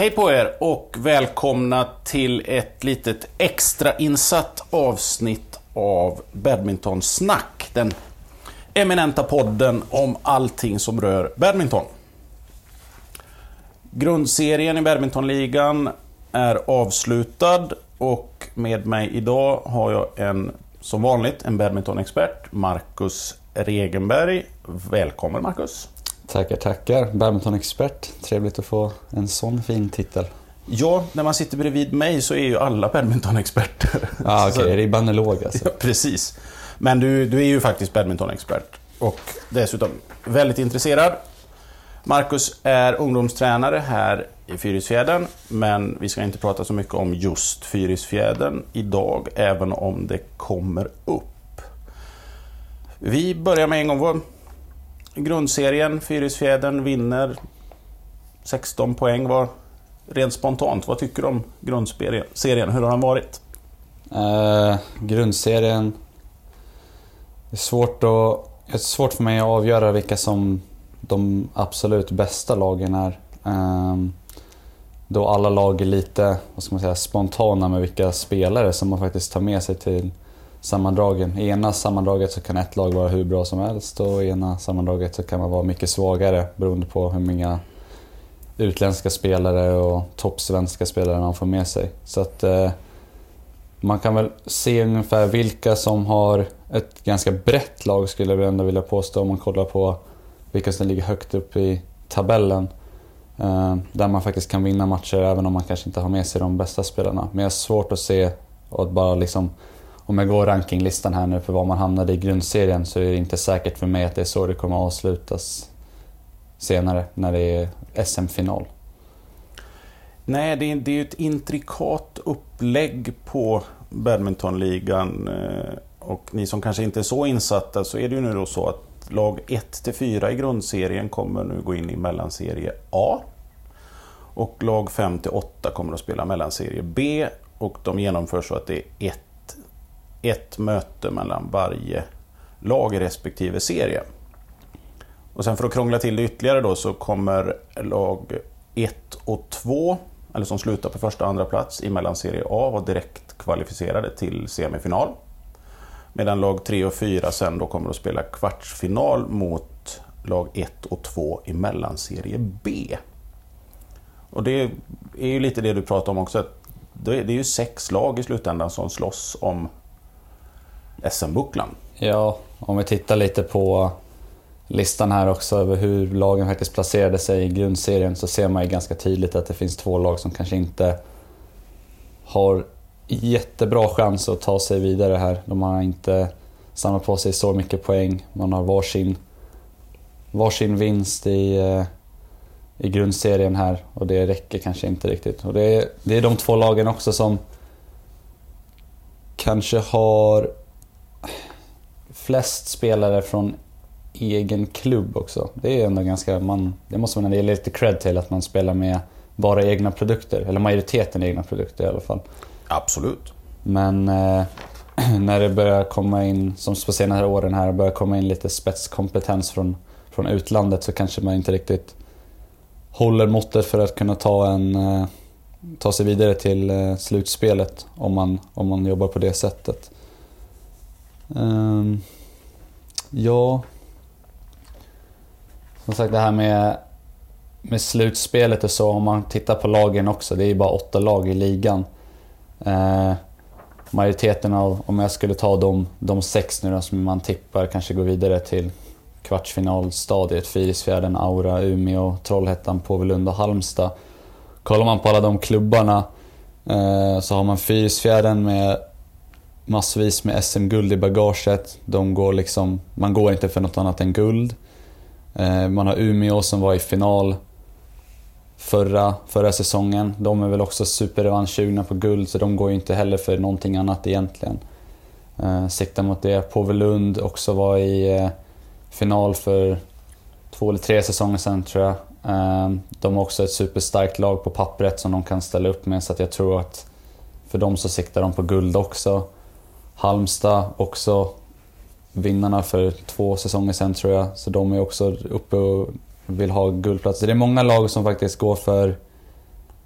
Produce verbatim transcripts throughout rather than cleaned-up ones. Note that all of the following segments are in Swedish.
Hej på er och välkomna till ett litet extra insatt avsnitt av Badmintonsnack. Den eminenta podden om allting som rör badminton. Grundserien i badmintonligan är avslutad och med mig idag har jag en, som vanligt, en badmintonexpert, Marcus Regenberg. Välkommen Marcus. Tackar, tackar. Badmintonexpert. Trevligt att få en sån fin titel. Ja, när man sitter bredvid mig så är ju alla badmintonexperter. Ah, okej, okay. Ribbanolog alltså. Ja, precis. Men du, du är ju faktiskt badmintonexpert och dessutom väldigt intresserad. Marcus är ungdomstränare här i Fyrisfjädern, men vi ska inte prata så mycket om just Fyrisfjädern idag, även om det kommer upp. Vi börjar med en gång. Grundserien, Fyrisfjädern vinner sexton poäng. Var rent spontant, vad tycker du om grundserien? Hur har den varit? Uh, grundserien det är svårt att, det är svårt för mig att avgöra vilka som de absolut bästa lagen är. Um, då alla lag är lite, vad ska man säga, spontana med vilka spelare som man faktiskt tar med sig till sammandragen. I ena sammandraget så kan ett lag vara hur bra som helst och i ena sammandraget så kan man vara mycket svagare beroende på hur många utländska spelare och toppsvenska spelare man får med sig. Så att eh, man kan väl se ungefär vilka som har ett ganska brett lag, skulle jag ändå vilja påstå, om man kollar på vilka som ligger högt upp i tabellen. Eh, där man faktiskt kan vinna matcher även om man kanske inte har med sig de bästa spelarna. Men jag har svårt att se och att bara liksom, om jag går rankinglistan här nu för vad man hamnade i grundserien, så är det inte säkert för mig att det är så det kommer att avslutas senare när det är S M-final. Nej, det är, det är ju ett intrikat upplägg på badmintonligan, och ni som kanske inte är så insatta, så är det ju nu då så att lag ett till fyra i grundserien kommer nu gå in i mellanserie A och lag fem till åtta kommer att spela mellanserie B, och de genomför så att det är ett ett möte mellan varje lag i respektive serie. Och sen för att krångla till det ytterligare då, så kommer lag ett och två, eller som slutar på första och andra plats i mellanserie A, vara direkt kvalificerade till semifinal. Medan lag tre och fyra sen då kommer att spela kvartsfinal mot lag ett och två i mellanserie B. Och det är ju lite det du pratar om också, att det är ju sex lag i slutändan som slåss om S M-bucklan. Ja, om vi tittar lite på listan här också över hur lagen faktiskt placerade sig i grundserien, så ser man ju ganska tydligt att det finns två lag som kanske inte har jättebra chans att ta sig vidare här. De har inte samlat på sig så mycket poäng. Man har varsin, varsin vinst i, i grundserien här, och det räcker kanske inte riktigt. Och det är, det är de två lagen också som kanske har flest spelare från egen klubb också. Det är ändå ganska, man, det måste man ge lite cred till, att man spelar med bara egna produkter, eller majoriteten egna produkter i alla fall. Absolut. Men eh, när det börjar komma in, som på senare åren här, börjar komma in lite spetskompetens från, från utlandet, så kanske man inte riktigt håller måttet för att kunna ta en eh, ta sig vidare till eh, slutspelet om man, om man jobbar på det sättet. Um, ja, som sagt, det här med, med slutspelet och så, om man tittar på lagen också, det är bara åtta lag i ligan. Uh, majoriteten av, om jag skulle ta de, de sex nu då, som man tippar kanske går vidare till kvartsfinalstadiet, Fyrisfjädern, Aura, Umeå, Trollhättan, Påvelund och Halmstad. Kollar man på alla de klubbarna uh, så har man Fyrisfjädern med massvis med S M-guld i bagaget. De går liksom, man går inte för något annat än guld. Eh, man har Umeå som var i final förra, förra säsongen. De är väl också superrevanschsugna på guld, så de går ju inte heller för någonting annat egentligen. Eh, siktar mot det. Påvelund också var i eh, final för två eller tre säsonger sedan, tror jag. Eh, de har också ett superstarkt lag på pappret som de kan ställa upp med, så att jag tror att för dem så siktar de på guld också. Halmstad också vinnarna för två säsonger sedan, tror jag. Så de är också uppe och vill ha guldplatser. Det är många lag som faktiskt går för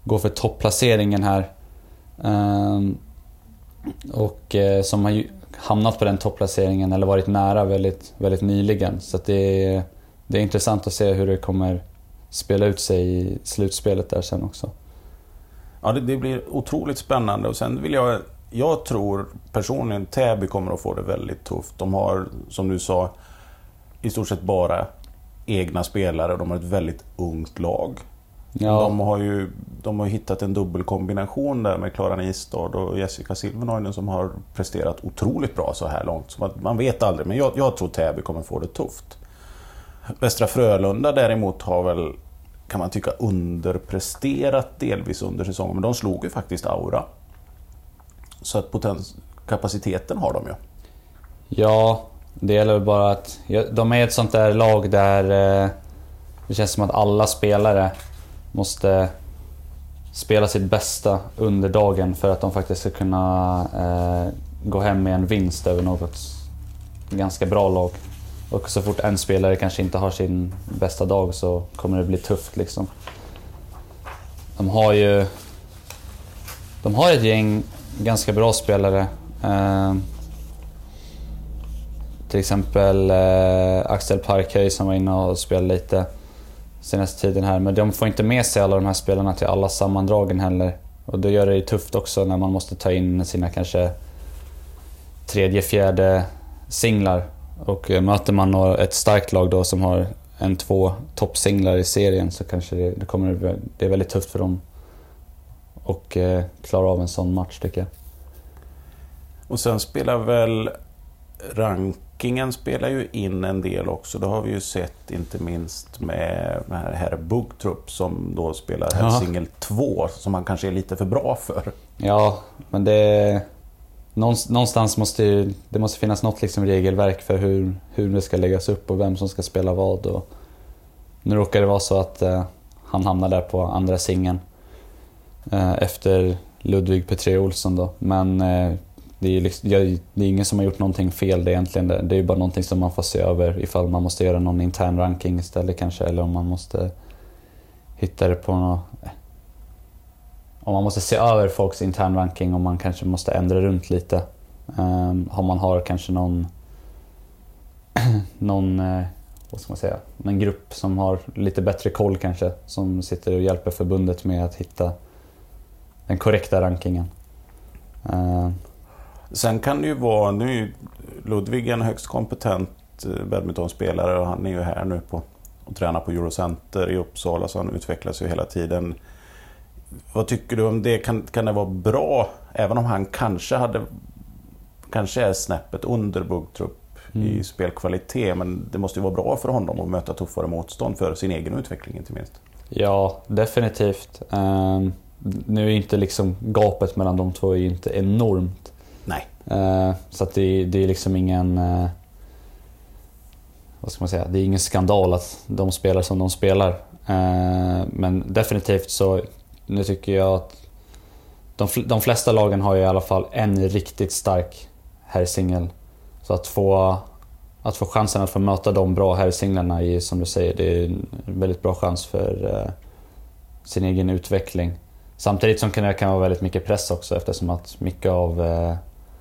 gå för topplaceringen här. Um, och uh, som har ju hamnat på den topplaceringen eller varit nära väldigt, väldigt nyligen. Så att det, är, det är intressant att se hur det kommer spela ut sig i slutspelet där sen också. Ja, det, det blir otroligt spännande. Och sen vill jag, jag tror personligen Täby kommer att få det väldigt tufft. De har, som du sa, i stort sett bara egna spelare. De har ett väldigt ungt lag. Ja. De har ju de har hittat en dubbelkombination där med Klara Nistad och Jessica Silvernoinen som har presterat otroligt bra så här långt. Så man vet aldrig, men jag, jag tror Täby kommer få det tufft. Västra Frölunda däremot har väl, kan man tycka, underpresterat delvis under säsongen. Men de slog ju faktiskt Aura. Så att potens- kapaciteten har de ju. Ja, det gäller bara att de är ett sånt där lag där eh, det känns som att alla spelare måste spela sitt bästa under dagen för att de faktiskt ska kunna eh, gå hem med en vinst över något ganska bra lag. Och så fort en spelare kanske inte har sin bästa dag så kommer det bli tufft liksom. De har ju de har ett gäng ganska bra spelare. Eh, till exempel eh, Axel Parkhöj som var inne och spelade lite senaste tiden här. Men de får inte med sig alla de här spelarna till alla sammandragen heller. Och då gör det tufft också när man måste ta in sina kanske tredje, fjärde singlar. Och möter man ett starkt lag då som har en, två toppsinglar i serien så kanske det, det kommer det är väldigt tufft för dem och eh, klara av en sån match tycker jag. Och sen spelar väl rankingen spelar ju in en del också. Det har vi ju sett inte minst med, med herr Bugtrup som då spelar här ja. singel två som han kanske är lite för bra för. Ja, men det någonstans måste ju, det måste finnas något liksom regelverk för hur, hur det ska läggas upp och vem som ska spela vad. Och nu råkar det vara så att eh, han hamnar där på andra singeln eh, efter Ludvig Petré Olsson då. Men eh, det är, liksom, det är ingen som har gjort någonting fel det egentligen. Det är bara någonting som man får se över ifall man måste göra någon intern ranking istället kanske. Eller om man måste hitta det på något... Om man måste se över folks intern ranking och man kanske måste ändra runt lite. Um, om man har kanske någon någon uh, vad ska man säga, en grupp som har lite bättre koll kanske som sitter och hjälper förbundet med att hitta den korrekta rankingen. Uh, Sen kan det ju vara, nu är ju Ludvig en högst kompetent badmintonspelare och han är ju här nu på och tränar på Eurocenter i Uppsala så han utvecklas ju hela tiden. Vad tycker du om det? Kan, kan det vara bra även om han kanske hade kanske är snäppet under Bugtrup mm. i spelkvalitet, men det måste ju vara bra för honom att möta tuffare motstånd för sin egen utveckling inte minst. Ja, definitivt. Um, nu är inte liksom gapet mellan de två är inte enormt. Nej. Uh, så att det, det är liksom ingen uh, vad ska man säga, det är ingen skandal att de spelar som de spelar. Uh, men definitivt så nu tycker jag att de, de flesta lagen har ju i alla fall en riktigt stark herrsingel. Så att få, att få chansen att få möta de bra herrsinglarna i, som du säger, det är en väldigt bra chans för uh, sin egen utveckling. Samtidigt som kan det kan vara väldigt mycket press också eftersom att mycket av, uh,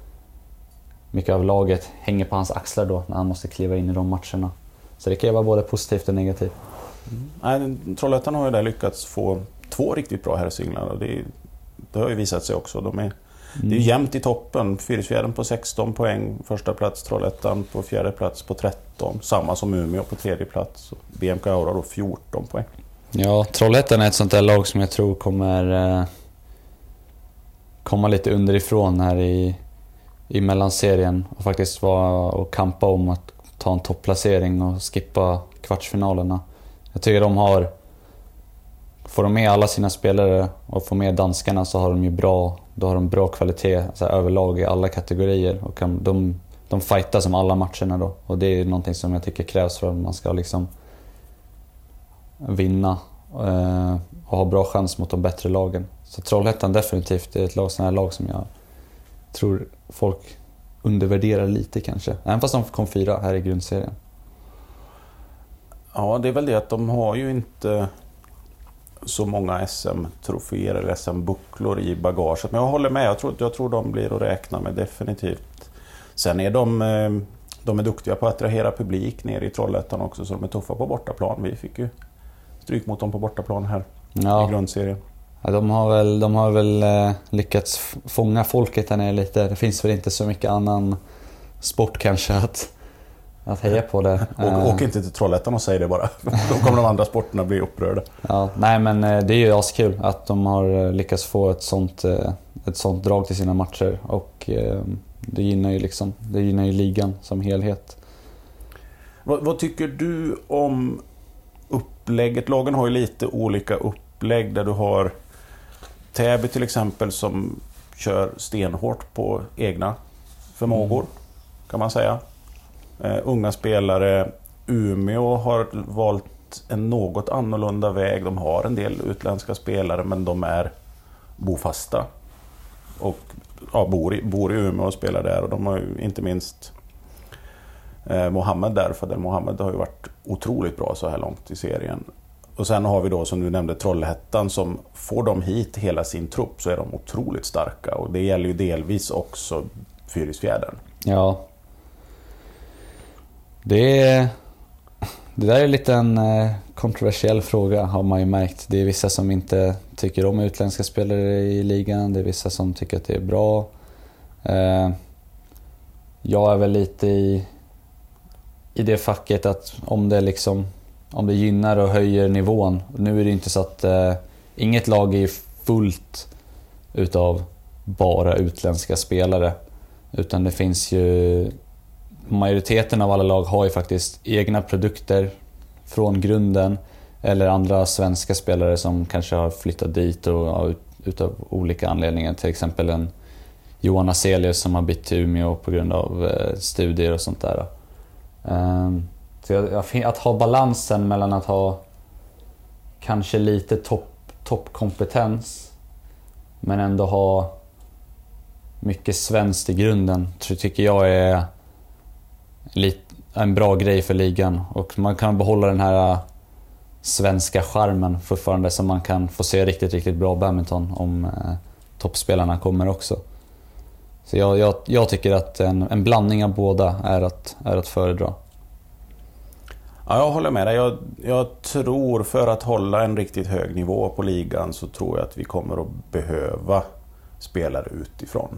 mycket av laget hänger på hans axlar då när han måste kliva in i de matcherna. Så det kan ju vara både positivt och negativt. Mm. Nej, Trollhättan har ju där lyckats få två riktigt bra herrsinglar och det, det har ju visat sig också. De är, mm. Det är ju jämnt i toppen. Fyrisfjärden på sexton poäng, första plats Trollhättan på fjärde plats på tretton. Samma som Umeå på tredje plats. B M K Aura då fjorton poäng. Ja, Trollhättan är ett sånt där lag som jag tror kommer eh, komma lite underifrån här i, i mellanserien och faktiskt vara och kampa om att ta en topplacering och skippa kvartsfinalerna. Jag tycker de har, får de med alla sina spelare och får med danskarna så har de ju bra, då har de bra kvalitet alltså överlag i alla kategorier och kan, de, de fightas om alla matcherna då och det är någonting som jag tycker krävs för att man ska liksom vinna eh, och ha bra chans mot de bättre lagen. Så Trollhättan definitivt är ett lag, sån här lag som jag tror folk undervärderar lite kanske. Även fast de kom fyra här i grundserien. Ja, det är väl det att de har ju inte så många S M-troféer eller S M-bucklor i bagaget. Men jag håller med, jag tror, jag tror de blir att räkna med definitivt. Sen är de, de är duktiga på att attrahera publik ner i Trollhättan också, så de är tuffa på bortaplan. Vi fick ju stryk mot dem på bortaplan här ja. i grundserien. Ja, de har väl, de har väl lyckats fånga folket här nere lite. Det finns väl inte så mycket annan sport kanske att, att heja på det. Åk, åk inte till Trollhättan och säg det bara. Då kommer de andra sporterna bli upprörda. Ja, nej, men det är ju askul att de har lyckats få ett sånt, ett sånt drag till sina matcher. Och det gynnar ju, liksom, det gynnar ju ligan som helhet. Vad, vad tycker du om upplägget? Lagen har ju lite olika upplägg där du har Täby till exempel som kör stenhårt på egna förmågor, mm. kan man säga. Uh, unga spelare. Umeå har valt en något annorlunda väg. De har en del utländska spelare, men de är bofasta. Och ja, bor, i, bor i Umeå och spelar där. Och de har ju inte minst uh, Mohammed där. För Mohammed har ju varit otroligt bra så här långt i serien. Och sen har vi då, som du nämnde, Trollhättan, som får de hit hela sin trupp så är de otroligt starka. Och det gäller ju delvis också Fyrisfjärden. Ja. Det, är, det där är lite en kontroversiell fråga, har man ju märkt. Det är vissa som inte tycker om utländska spelare i ligan. Det är vissa som tycker att det är bra. Jag är väl lite i, i det facket att om det liksom... Om det gynnar och höjer nivån. Nu är det inte så att eh, inget lag är fullt utav bara utländska spelare. Utan det finns ju... Majoriteten av alla lag har ju faktiskt egna produkter från grunden. Eller andra svenska spelare som kanske har flyttat dit och, ja, ut, utav olika anledningar. Till exempel en Johan Aselius som har bytt till Umeå på grund av eh, studier och sånt där. Um, Så jag, att ha balansen mellan att ha kanske lite topp, toppkompetens men ändå ha mycket svenskt i grunden, tror tycker jag är lite, en bra grej för ligan. Och man kan behålla den här svenska charmen fortfarande, så man kan få se riktigt, riktigt bra badminton om eh, toppspelarna kommer också. Så jag, jag, jag tycker att en, en blandning av båda är att, är att föredra. Ja, jag håller med dig. Jag, jag tror för att hålla en riktigt hög nivå på ligan så tror jag att vi kommer att behöva spelare utifrån.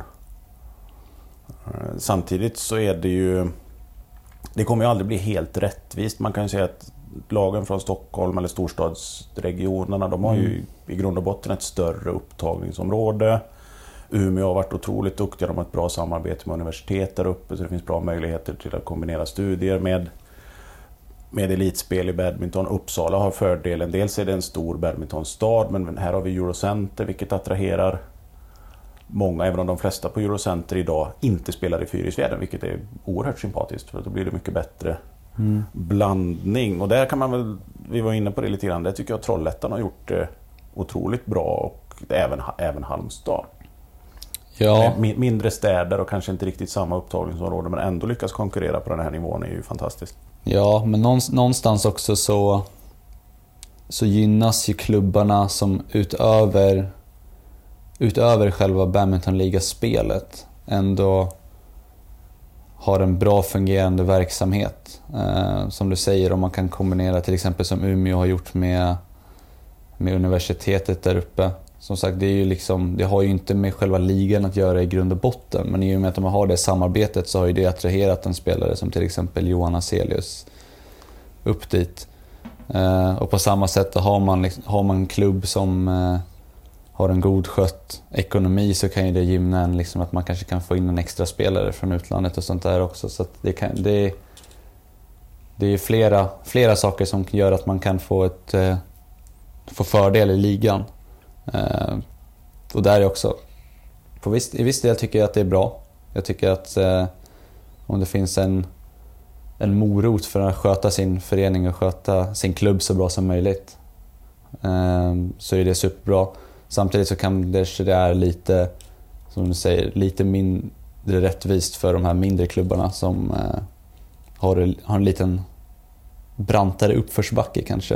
Samtidigt så är det ju... Det kommer ju aldrig bli helt rättvist. Man kan ju säga att lagen från Stockholm eller storstadsregionerna, de har ju i grund och botten ett större upptagningsområde. Umeå har varit otroligt duktiga. De har ett bra samarbete med universitet där uppe, så det finns bra möjligheter till att kombinera studier med med elitspel i badminton. Uppsala har fördelen. Dels är det en stor badmintonstad, men här har vi Eurocenter, vilket attraherar många, även om de flesta på Eurocenter idag inte spelar i Fyrisfjärden, vilket är oerhört sympatiskt, för då blir det mycket bättre mm. blandning. Och där kan man väl, vi var inne på det lite grann, det tycker jag Trollhättan har gjort det otroligt bra, och även, även Halmstad. Ja. Mindre städer och kanske inte riktigt samma upptagningsområde, men ändå lyckas konkurrera på den här nivån är ju fantastiskt. Ja, men någonstans också så, så gynnas ju klubbarna som utöver, utöver själva badmintonligaspelet ändå har en bra fungerande verksamhet. Eh, som du säger, om man kan kombinera till exempel som Umeå har gjort med, med universitetet där uppe. Som sagt, det, är ju liksom, det har ju inte med själva ligan att göra i grund och botten, men i och med att de har det samarbetet så har ju det attraherat en spelare som till exempel Johan Aselius upp dit. Eh, och på samma sätt har man, har man en klubb som eh, har en god skött ekonomi, så kan ju det gynna en liksom, att man kanske kan få in en extra spelare från utlandet och sånt där också. Så att det, kan, det, det är flera, flera saker som gör att man kan få, ett, eh, få fördel i ligan. Uh, och där är också på viss, i viss del tycker jag att det är bra. Jag tycker att uh, om det finns en, en morot för att sköta sin förening och sköta sin klubb så bra som möjligt, uh, så är det superbra. Samtidigt så kan det, det är lite, som du säger, lite mindre rättvist för de här mindre klubbarna som uh, har, har en liten brantare uppförsbacke kanske.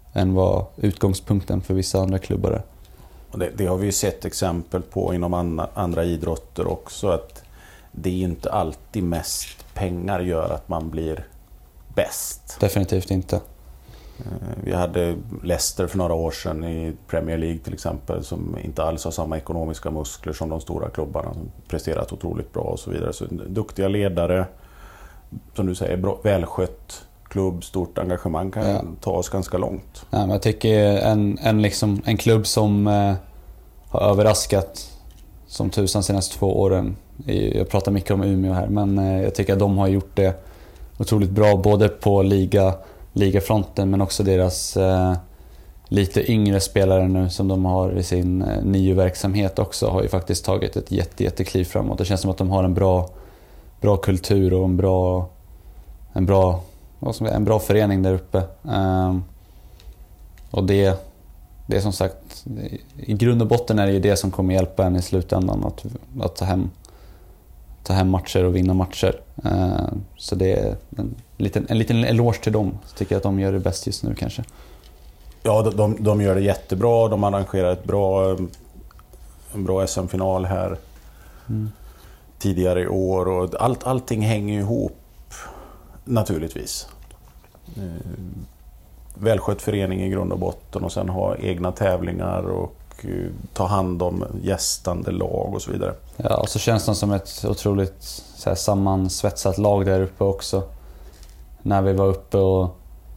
än vad utgångspunkten för vissa andra klubbar är. Och det, det har vi ju sett exempel på inom andra, andra idrotter också, att det är inte alltid mest pengar gör att man blir bäst. Definitivt inte. Vi hade Leicester för några år sedan i Premier League till exempel, som inte alls har samma ekonomiska muskler som de stora klubbarna, som presterat otroligt bra och så vidare. Så duktiga ledare, som du säger, bra, välskött klubb, stort engagemang kan ja. ta oss ganska långt. Ja, men jag tycker en, en, liksom, en klubb som eh, har överraskat som tusan senaste två åren, jag pratar mycket om Umeå här, men eh, jag tycker att de har gjort det otroligt bra både på liga ligafronten, men också deras eh, lite yngre spelare nu som de har i sin eh, nya verksamhet också har ju faktiskt tagit ett jätte, jättekliv framåt. Det känns som att de har en bra, bra kultur och en bra, en bra, vad som är, en bra förening där uppe. Eh, och det, det är som sagt, i grund och botten är det ju det som kommer hjälpa en i slutändan att, att ta hem ta hem matcher och vinna matcher. Uh, så det är en liten, en liten eloge till dem. Jag tycker att de gör det bäst just nu kanske. Ja, de, de, de gör det jättebra. De arrangerar ett bra, en bra S M-final här mm. tidigare i år. Och allt, allting hänger ihop naturligtvis. Uh, välskött förening i grund och botten, och sen ha egna tävlingar och ta hand om gästande lag och så vidare. Ja, och så känns de som ett otroligt så här, sammansvetsat lag där uppe också. När vi var uppe och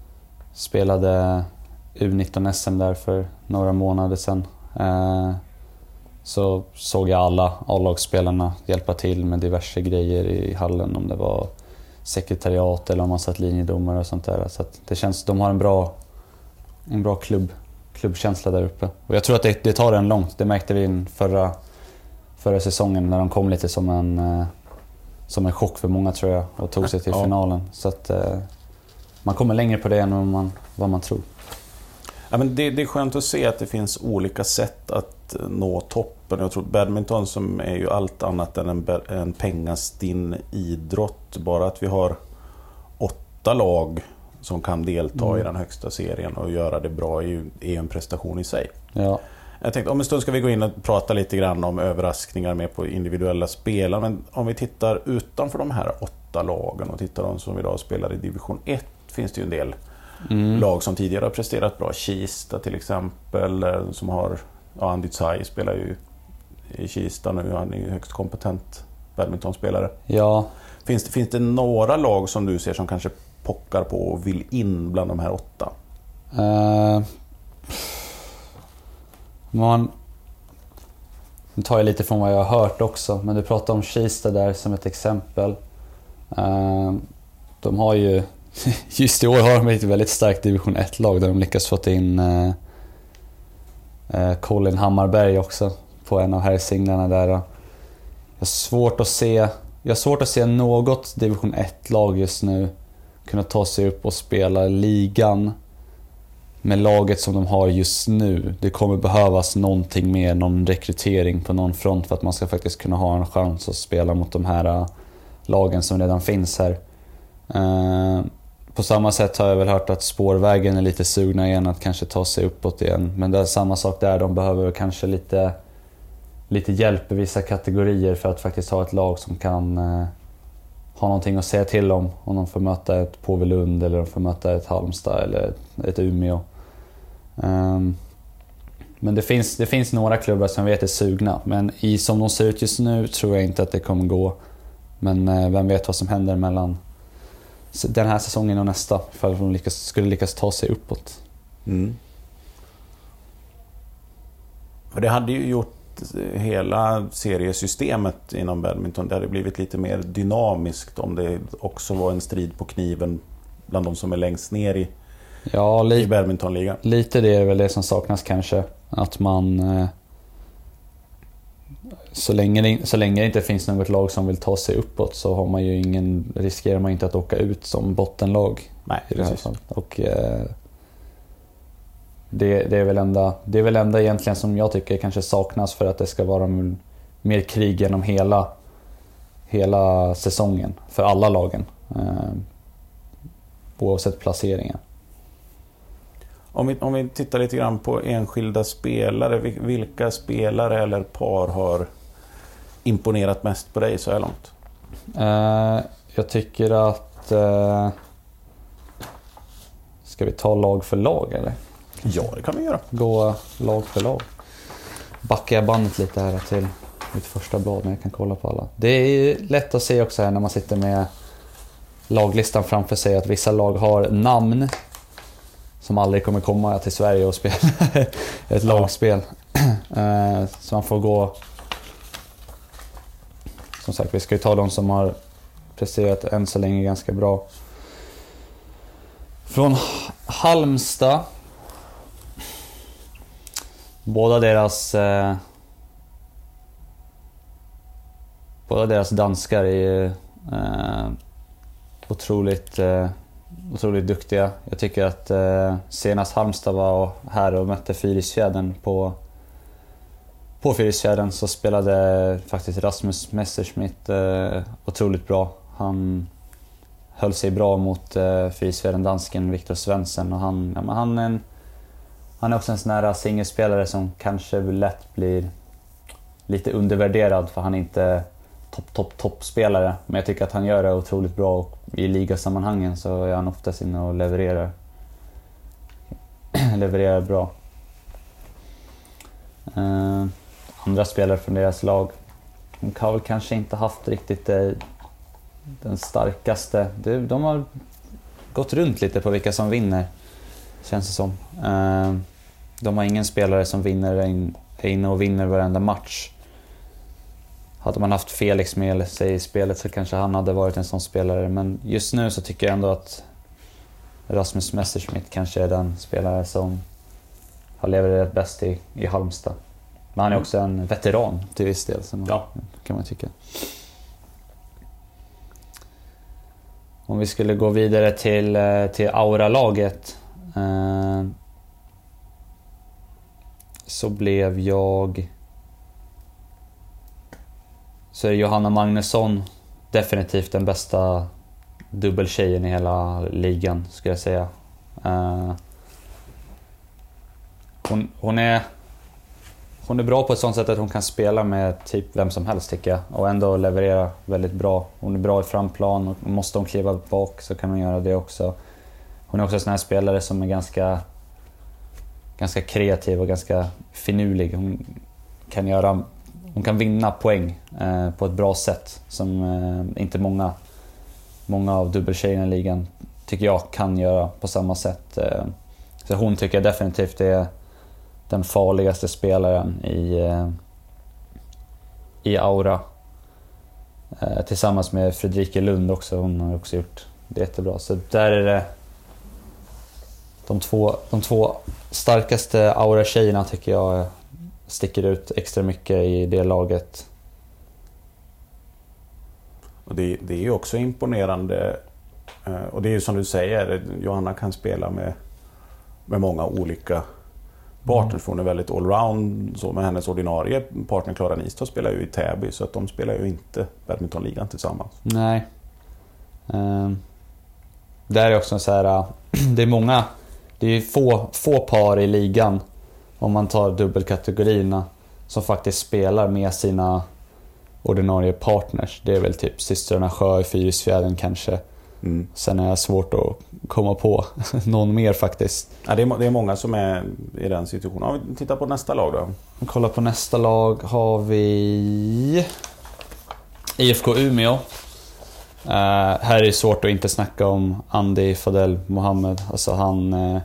spelade U nitton S M där för några månader sedan, eh, så såg jag alla A-lagsspelarna hjälpa till med diverse grejer i hallen, om det var sekretariat eller om man satt linjedomare och sånt där. Så att det känns, de har en bra, en bra klubb klubbkänsla där uppe. Och jag tror att det, det tar en långt. Det märkte vi förra, förra säsongen när de kom lite som en, eh, som en chock för många, tror jag, och tog sig till ja. finalen. Så att eh, man kommer längre på det än vad man, vad man tror. Ja, men det, det är skönt att se att det finns olika sätt att nå toppen. Jag tror badminton, som är ju allt annat än en, en pengastinn idrott, bara att vi har åtta lag som kan delta mm. i den högsta serien och göra det bra är ju är en prestation i sig. Ja. Jag tänkte om en stund ska vi gå in och prata lite grann om överraskningar med på individuella spelare, men om vi tittar utanför de här åtta lagen och tittar de som idag spelar i division ett, finns det ju en del mm. lag som tidigare har presterat bra. Kista till exempel, som har, ja, Andy Tsai spelar ju i Kista nu, han är ju högst kompetent badmintonspelare. Ja. Finns det, finns det några lag som du ser som kanske pockar på och vill in bland de här åtta? Uh, man nu tar jag lite från vad jag har hört också, men du pratar om Kista där som ett exempel. Uh, de har ju just i år har de ett väldigt starkt division ett-lag där de lyckas få in uh, uh, Colin Hammarberg också på en av herrsinglarna där. Jag har svårt att se jag har svårt att se något division ett-lag just nu kunna ta sig upp och spela ligan med laget som de har just nu. Det kommer behövas någonting mer, någon rekrytering på någon front för att man ska faktiskt kunna ha en chans att spela mot de här lagen som redan finns här. På samma sätt har jag väl hört att Spårvägen är lite sugna igen att kanske ta sig uppåt igen. Men det är samma sak där, de behöver kanske lite, lite hjälp i vissa kategorier för att faktiskt ha ett lag som kan ha någonting att säga till om, om de får möta ett Påvelund eller de får möta ett Halmstad eller ett, ett Umeå. Um, men det finns, det finns några klubbar som vet är sugna, men i som de ser ut just nu tror jag inte att det kommer gå. Men uh, vem vet vad som händer mellan den här säsongen och nästa, för att de lyckas, skulle lyckas ta sig uppåt. Mm. Och det hade ju gjort hela seriesystemet inom badminton, det hade blivit lite mer dynamiskt om det också var en strid på kniven bland de som är längst ner i, ja, li- i badmintonligan. Lite det är väl det som saknas kanske, att man eh, så, länge det, så länge det inte finns något lag som vill ta sig uppåt så har man ju ingen, riskerar man inte att åka ut som bottenlag. Nej, i det här fallet. Och eh, Det, det, är väl enda, det är väl enda egentligen som jag tycker kanske saknas för att det ska vara mer krig genom hela, hela säsongen för alla lagen, eh, oavsett placeringen. Om vi, om vi tittar lite grann på enskilda spelare, vilka spelare eller par har imponerat mest på dig så här långt? Uh, jag tycker att... Uh, ska vi ta lag för lag eller? Ja, det kan vi göra. Gå lag för lag. Backar jag bandet lite här till mitt första blad, men jag kan kolla på alla. Det är ju lätt att se också här när man sitter med laglistan framför sig att vissa lag har namn som aldrig kommer komma till Sverige och spela ett lagspel. Uh, så man får gå... Som sagt, vi ska ju ta de som har presterat än så länge ganska bra. Från Halmstad. Båda deras eh, båda deras danskar är eh, otroligt eh, otroligt duktiga. Jag tycker att eh, senast Halmstad var här och mötte Fyrisfjärden på på Fyrisfjärden så spelade faktiskt Rasmus Messerschmidt eh, otroligt bra. Han höll sig bra mot eh, Fyrisfjärden dansken Viktor Svensson och han ja, men han är en Han är också en sån här singelspelare som kanske lätt blir lite undervärderad för han är inte topp, topp, toppspelare. Men jag tycker att han gör det otroligt bra och i ligasammanhangen så är han oftast inne och levererar, levererar bra. Uh, andra spelare från deras lag de har väl kanske inte haft riktigt eh, den starkaste. De, de har gått runt lite på vilka som vinner, känns det som. Uh, De har ingen spelare som vinner, är inne och vinner varenda match. Hade man haft Felix med sig i spelet så kanske han hade varit en sån spelare. Men just nu så tycker jag ändå att Rasmus Messerschmidt kanske är den spelare som har levererat bäst i, i Halmstad. Men han är också en veteran till viss del, så ja. kan man tycka. Om vi skulle gå vidare till, till Aura-laget... Eh, så blev jag så är Johanna Magnusson definitivt den bästa dubbeltjejen i hela ligan, skulle jag säga. Uh, hon, hon är hon är bra på ett sånt sätt att hon kan spela med typ vem som helst, tycker jag, och ändå leverera väldigt bra. Hon är bra i framplan och måste hon kliva bak så kan hon göra det också. Hon är också en sån här spelare som är ganska ganska kreativ och ganska finurlig. Hon kan göra hon kan vinna poäng eh, på ett bra sätt som eh, inte många många av dubbeltjejerna i ligan tycker jag kan göra på samma sätt. Eh, så hon tycker jag definitivt är den farligaste spelaren i eh, i Aura. Eh, tillsammans med Fredrike Lund också, hon har också gjort det jättebra. Så där är det De två, de två starkaste Aura-tjejerna tycker jag sticker ut extra mycket i det laget. Och det, det är ju också imponerande. Och det är ju som du säger, Johanna kan spela med, med många olika partners. Hon är väldigt allround. Så med hennes ordinarie partner Klara Nistad spelar ju i Täby, så att de spelar ju inte badmintonligan tillsammans. Nej. Um, där är också så här, det är många Det är få, få par i ligan, om man tar dubbelkategorierna, som faktiskt spelar med sina ordinarie partners. Det är väl typ systrarna Sjö i Fyrisfjärden kanske. Mm. Sen är det svårt att komma på någon mer faktiskt. Ja, det, är, det är många som är i den situationen. Om vi tittar på nästa lag då. Kolla på nästa lag har vi I F K Umeå. Uh, här är det svårt att inte snacka om Andy Fadel Mohammed. Alltså han uh,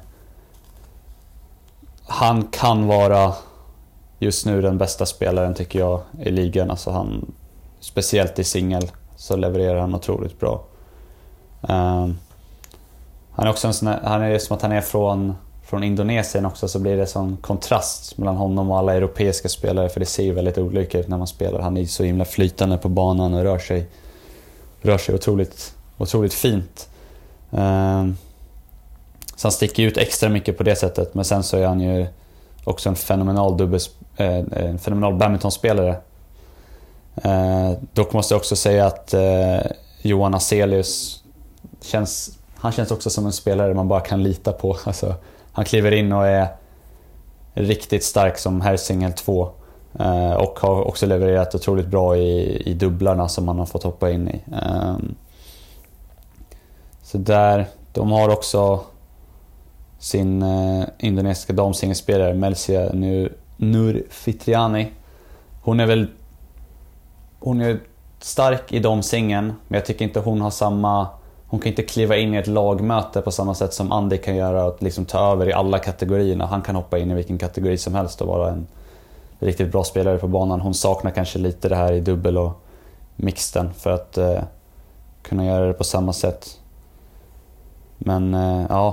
han kan vara just nu den bästa spelaren, tycker jag, i ligan. Alltså han, speciellt i singel så levererar han otroligt bra. Uh, han är också en sån här, han är som att han är från från Indonesien också, så blir det sån kontrast mellan honom och alla europeiska spelare, för det ser ju väldigt olika ut när man spelar. Han är så himla flytande på banan och rör sig rör sig otroligt, otroligt fint. Uh, så han sticker ut extra mycket på det sättet. Men sen så är han ju också en fenomenal dubbels, eh, en fenomenal badmintonspelare. Uh, dock måste jag också säga att uh, Johan Aselius känns, han känns också som en spelare man bara kan lita på. Alltså, han kliver in och är riktigt stark som herrsingel två. Uh, och har också levererat otroligt bra i, i dubblarna som han har fått hoppa in i. Um, så där, de har också sin uh, indonesiska damsingelspelare Melsia Nur Fitriani. Hon är väl hon är stark i damsingeln, men jag tycker inte hon har samma, hon kan inte kliva in i ett lagmöte på samma sätt som Andy kan göra och liksom ta över i alla kategorierna. Han kan hoppa in i vilken kategori som helst och vara en riktigt bra spelare på banan. Hon saknar kanske lite det här i dubbel och mixten för att eh, kunna göra det på samma sätt. Men eh, ja,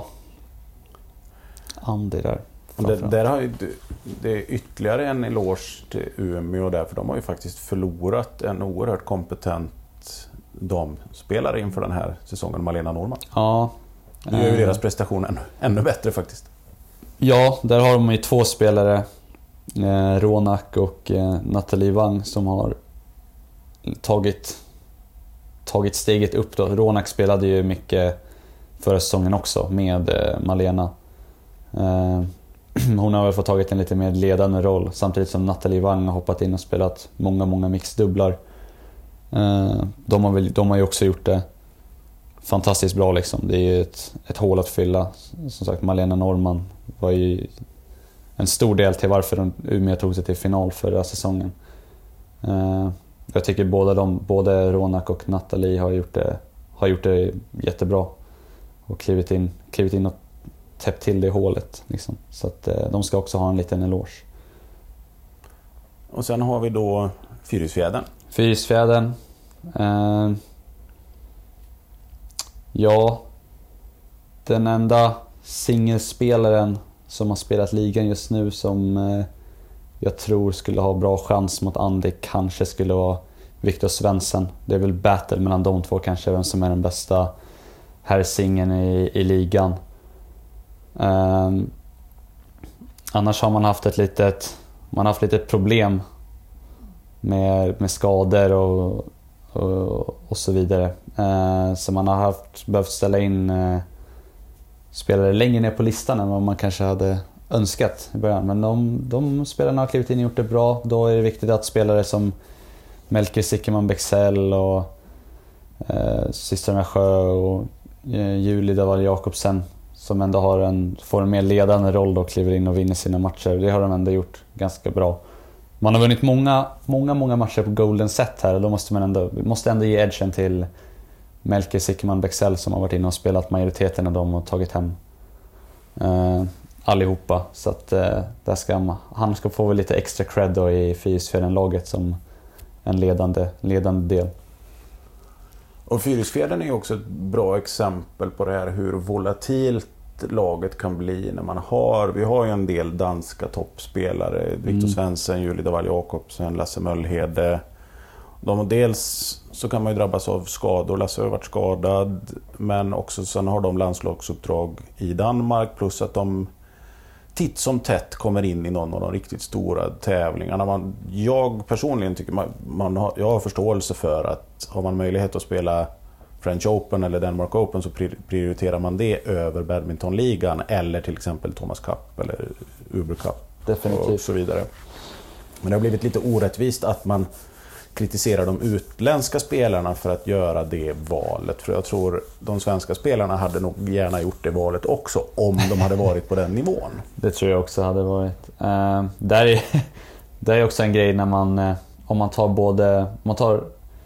Andy där. Det, där har ju, det är ytterligare en eloge till Umeå där, för de har ju faktiskt förlorat en oerhört kompetent damspelare inför den här säsongen, Malena Norman. Ja. Det gör ju deras prestation ännu, ännu bättre faktiskt. Ja, där har de ju två spelare, eh, Ronak och eh, Nathalie Wang, som har tagit, tagit steget upp då. Ronak spelade ju mycket förra säsongen också med eh, Malena. Eh, hon har väl fått tagit en lite mer ledande roll, samtidigt som Nathalie Wang har hoppat in och spelat många, många mixdubblar. Eh, de, har väl, de har ju också gjort det fantastiskt bra liksom. Det är ju ett, ett hål att fylla. Som sagt, Malena Norman var ju en stor del till varför Umeå tog sig till final förra säsongen. Uh, jag tycker båda de, både Ronak och Nathalie har gjort det, har gjort det jättebra och klivit in, klivit in och täppt till det hålet liksom. Så att uh, de ska också ha en liten eloge. Och sen har vi då Fyrisfjädern. Fyrisfjädern. Uh, ja, den enda singelspelaren som har spelat ligan just nu som eh, jag tror skulle ha bra chans mot Andy kanske skulle vara Viktor Svensson. Det är väl battle mellan de två kanske, vem som är den bästa herrsingeln i, i ligan. Eh, annars har man haft ett litet man har haft lite problem med, med skador och, och, och så vidare. Eh, så man har haft, behövt ställa in eh, spelare längre ner på listan än vad man kanske hade önskat i början. Men de, de spelarna har klivit in och gjort det bra. Då är det viktigt att spelare som Melker Sickerman Bexell och eh, systrarna Sjö och eh, Julie Daval Jakobsen, som ändå har en, får en mer ledande roll då, kliver in och vinner sina matcher. Det har de ändå gjort ganska bra. Man har vunnit många, många, många matcher på Golden Set här, och då måste man ändå, måste ändå ge edgen till Melker Sickerman Bexell, som har varit inne och spelat majoriteten av dem och tagit hem eh, allihopa. Så att eh, där ska, han ska få väl lite extra cred då i Fyrisfjädern-laget som en ledande, ledande del. Och Fyrisfjädern är ju också ett bra exempel på det här hur volatilt laget kan bli när man har, vi har ju en del danska toppspelare, Viktor mm. Svensson, Julie Daval Jakobsen, Lasse Möllhede. De, dels så kan man ju drabbas av skador, Lasse har varit skadad, men också sen har de landslagsuppdrag i Danmark, plus att de titt som tätt kommer in i någon av de riktigt stora tävlingarna. Man, jag personligen tycker man, man har, jag har förståelse för att har man möjlighet att spela French Open eller Denmark Open så prioriterar man det över badmintonligan eller till exempel Thomas Cup eller Uber Cup. Definitivt. Och så vidare. Men det har blivit lite orättvist att man kritiserar de utländska spelarna för att göra det valet. För jag tror de svenska spelarna hade nog gärna gjort det valet också om de hade varit på den nivån. Det tror jag också hade varit. Uh, där är, där är också en grej när man, uh, om man tar både, om man tar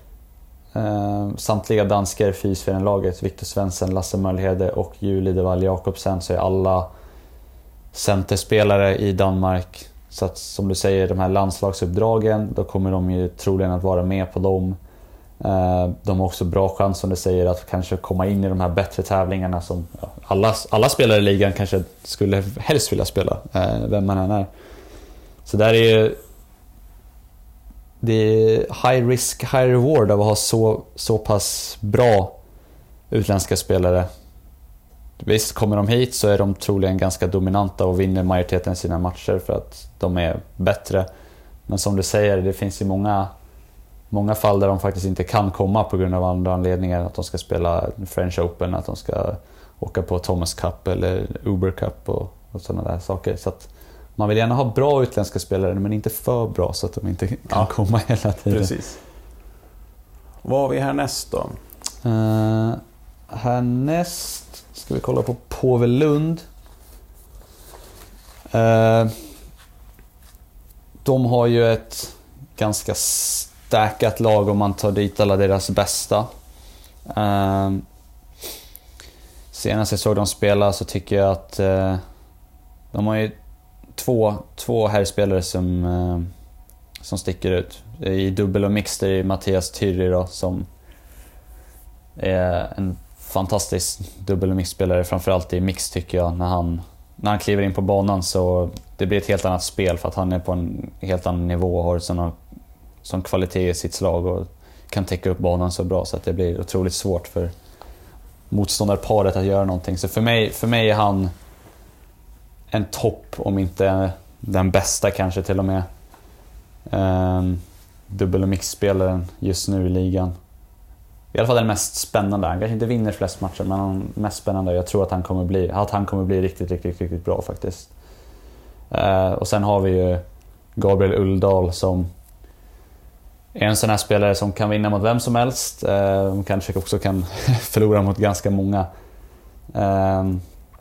uh, samtliga danskar i Fyrisfjädern-laget, Viktor Svensson, Lasse Möllhede och Julie Daval Jakobsen, så är alla centerspelare i Danmark. Så att, som du säger, de här landslagsuppdragen, då kommer de ju troligen att vara med på dem. De har också bra chans, som du säger, att kanske komma in i de här bättre tävlingarna som ja, alla, alla spelare i ligan kanske skulle helst vilja spela, vem man än är. Så där är ju det är high risk, high reward av att ha så, så pass bra utländska spelare. Visst, kommer de hit så är de troligen ganska dominanta och vinner majoriteten av sina matcher för att de är bättre. Men som du säger, det finns ju många, många fall där de faktiskt inte kan komma på grund av andra anledningar. Att de ska spela French Open, att de ska åka på Thomas Cup eller Uber Cup och, och sådana där saker. Så att man vill gärna ha bra utländska spelare, men inte för bra så att de inte kan ja, komma hela tiden. Precis. Vad har vi härnäst då? Uh, härnäst ska vi kolla på Påvelund. Uh, de har ju ett ganska stärkat lag om man tar dit alla deras bästa. Uh, senast jag såg dem spela så tycker jag att uh, de har ju två, två herrspelare som, uh, som sticker ut. I dubbel och mix är Mattias Tyrri då, som är en fantastisk dubbel- och mixspelare, framförallt i mix tycker jag. När han, när han kliver in på banan så det blir ett helt annat spel för att han är på en helt annan nivå och har sån, sån kvalitet i sitt slag och kan täcka upp banan så bra så att det blir otroligt svårt för motståndarparet att göra någonting. Så för mig, för mig är han en topp, om inte den bästa kanske till och med. Um, dubbel- och mixspelaren just nu i ligan. I alla fall den mest spännande. Han kanske inte vinner flest matcher, men han är mest spännande. Jag tror att han kommer bli, att han kommer bli riktigt, riktigt, riktigt bra faktiskt. Uh, och sen har vi ju Gabriel Ulldal som är en sån här spelare som kan vinna mot vem som helst. Uh, kanske också kan förlora mot ganska många. Uh,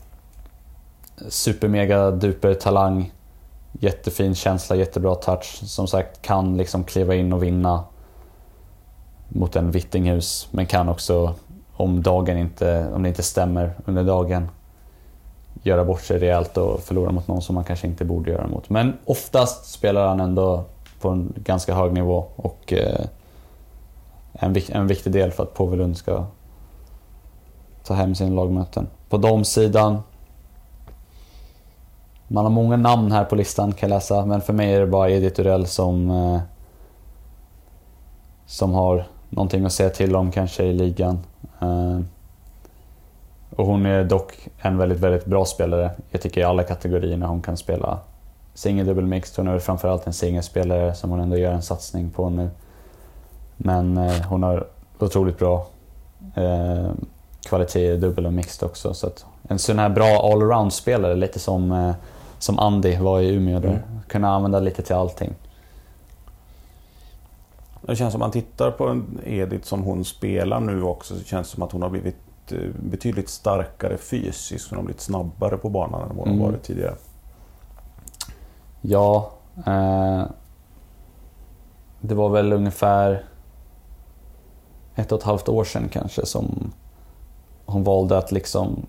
super mega duper talang. Jättefin känsla, jättebra touch. Som sagt, kan liksom kliva in och vinna mot en Vittinghus, men kan också, om dagen inte, om det inte stämmer under dagen, göra bort sig rejält och förlora mot någon som man kanske inte borde göra mot. Men oftast spelar han ändå på en ganska hög nivå och eh, en, en viktig del för att Påvelund ska ta hem sina lagmöten. På de sidan, man har många namn här på listan kan jag läsa, men för mig är det bara Edith Urell som eh, som har någonting att säga till om kanske i ligan. Eh, och hon är dock en väldigt, väldigt bra spelare. Jag tycker i alla kategorierna hon kan spela singel, dubbel, mix. Hon är framförallt en singelspelare som hon ändå gör en satsning på nu. Men eh, hon har otroligt bra eh, kvalitet i dubbel och mixed också. Så att en sån här bra allround-spelare, lite som, eh, som Andy var i Umeå. Mm. Kunna använda lite till allting. Det känns som man tittar på Edith som hon spelar nu också, så känns det som att hon har blivit betydligt starkare fysiskt. Hon har blivit snabbare på banan än vad hon mm. varit tidigare. Ja, eh, det var väl ungefär ett och ett halvt år sedan kanske som hon valde att liksom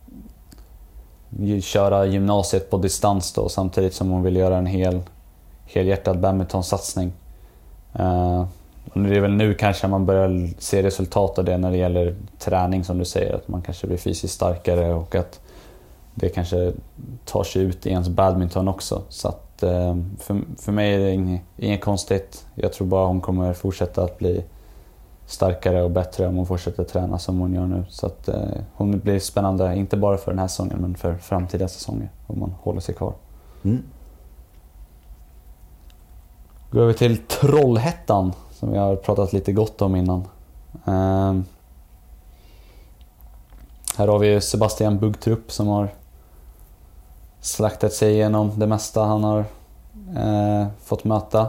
köra gymnasiet på distans då, samtidigt som hon ville göra en hel helhjärtad badmintonsatsning. Uh, och det är väl nu kanske man börjar se resultat av det när det gäller träning, som du säger, att man kanske blir fysiskt starkare och att det kanske tar sig ut i ens badminton också. Så att uh, för, för mig är det inget, inget konstigt. Jag tror bara hon kommer fortsätta att bli starkare och bättre om hon fortsätter träna som hon gör nu. Så att uh, hon blir spännande, inte bara för den här säsongen men för framtida säsonger om man håller sig kvar. Mm. Går över till Trollhättan som vi har pratat lite gott om innan. Uh, här har vi Sebastian Bugtrup som har slaktat sig igenom det mesta han har uh, fått möta.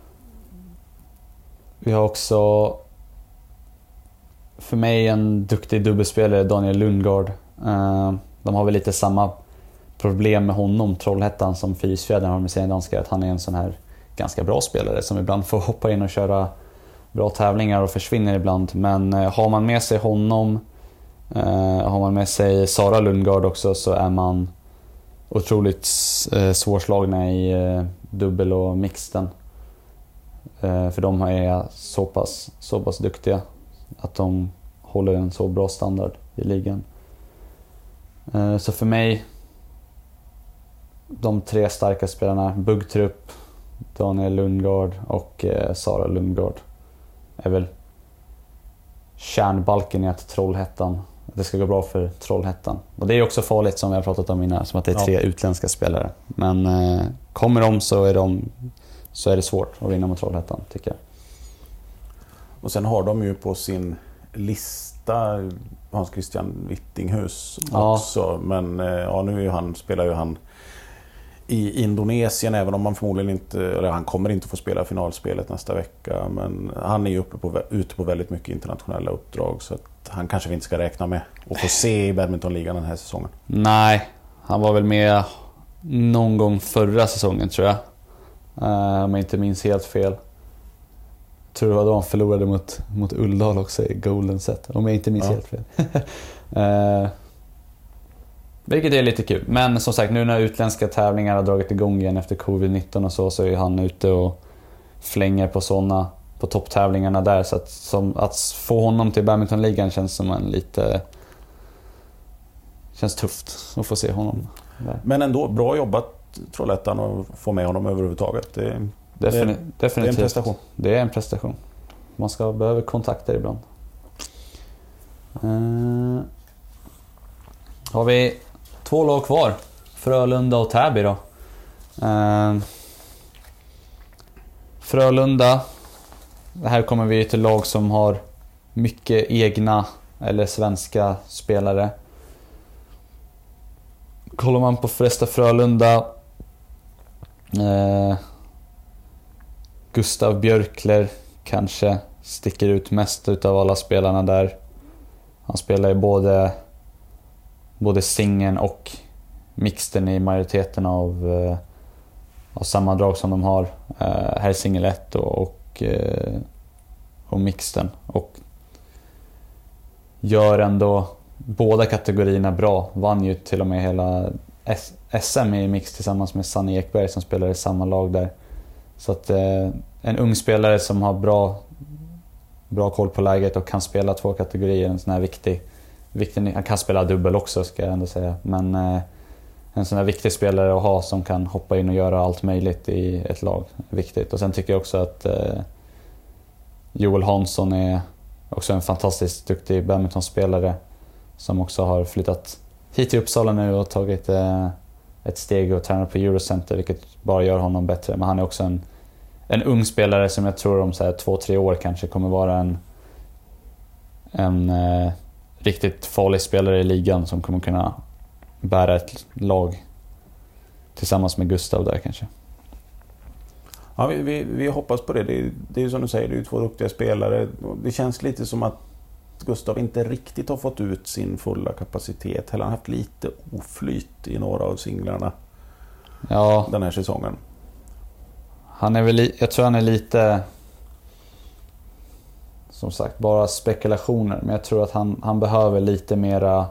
Vi har också för mig en duktig dubbelspelare, Daniel Lundgaard. Uh, de har väl lite samma problem med honom, Trollhättan, som Fysfjädern har med sina danskar, att han är en sån här ganska bra spelare som ibland får hoppa in och köra bra tävlingar och försvinner ibland. Men eh, har man med sig honom, eh, har man med sig Sara Lundgaard också, så är man otroligt eh, svårslagna i eh, dubbel och mixten. Eh, för de är så pass, så pass duktiga att de håller en så bra standard i ligan. Eh, så för mig, de tre starka spelarna, Bugtrup, Daniel Lundgaard och eh, Sara Lundgaard, är väl kärnbalken i att Trollhättan, att det ska gå bra för Trollhättan. Och det är också farligt, som vi har pratat om innan, som att det är tre ja. utländska spelare. Men eh, kommer de så är de så är det svårt att vinna mot Trollhättan, tycker jag. Och sen har de ju på sin lista, Hans Christian Wittinghus Ja. också. Men ja, nu är ju han, spelar ju han i Indonesien, även om man förmodligen inte, eller han kommer inte få spela finalspelet nästa vecka. Men han är ju uppe på, ute på väldigt mycket internationella uppdrag, så att han kanske vi inte ska räkna med att få se i badmintonligan den här säsongen. Nej, han var väl med någon gång förra säsongen tror jag. Uh, om jag inte minns helt fel. Jag tror det var då han förlorade mot, mot Ulldal också i Golden Set. Om jag inte minns ja. helt fel. uh, vilket är lite kul. Men som sagt, nu när utländska tävlingar har dragit igång igen efter covid nitton och så, så är han ute och flänger på såna, på topptävlingarna där. Så att, som, att få honom till badmintonligan känns som en lite... Känns tufft att få se honom där. Men ändå, bra jobbat Trollhättan och få med honom överhuvudtaget. Det, Defini- det, definitivt. det är en prestation. Det är en prestation. Man ska behöva kontakter ibland. Uh, har vi två lag kvar. Frölunda och Täby då. Uh, Frölunda. Det här kommer vi till lag som har mycket egna eller svenska spelare. Kollar man på Fresta Frölunda, eh, Gustav Björkler kanske sticker ut mest utav alla spelarna där. Han spelar ju både, både singeln och mixten i majoriteten av, eh, av sammandrag som de har. Eh, här är singel ett och, och, eh, och mixten. Och gör ändå båda kategorierna bra. Vann ju till och med hela S M i mix tillsammans med Sanny Ekberg som spelar i samma lag där. Så att eh, en ung spelare som har bra, bra koll på läget och kan spela två kategorier, en sån här viktig, viktig han kan spela dubbel också ska jag ändå säga, men eh, en sån här viktig spelare att ha som kan hoppa in och göra allt möjligt i ett lag är viktigt. Och sen tycker jag också att eh, Joel Hansson är också en fantastiskt duktig badmintonspelare som också har flyttat hit till Uppsala nu och tagit eh, ett steg och tränat på Eurocenter, vilket bara gör honom bättre. Men han är också en, en ung spelare som jag tror om så här, två, tre år kanske kommer vara en, en eh, riktigt farlig spelare i ligan som kommer kunna bära ett lag tillsammans med Gustav där kanske. Ja, vi, vi, vi hoppas på det. Det, det är ju som du säger, det är ju två duktiga spelare. Det känns lite som att Gustav inte riktigt har fått ut sin fulla kapacitet. Eller han har haft lite oflyt i några av singlarna ja, den här säsongen. Han är väl, jag tror han är lite, som sagt, bara spekulationer. Men jag tror att han, han behöver lite mera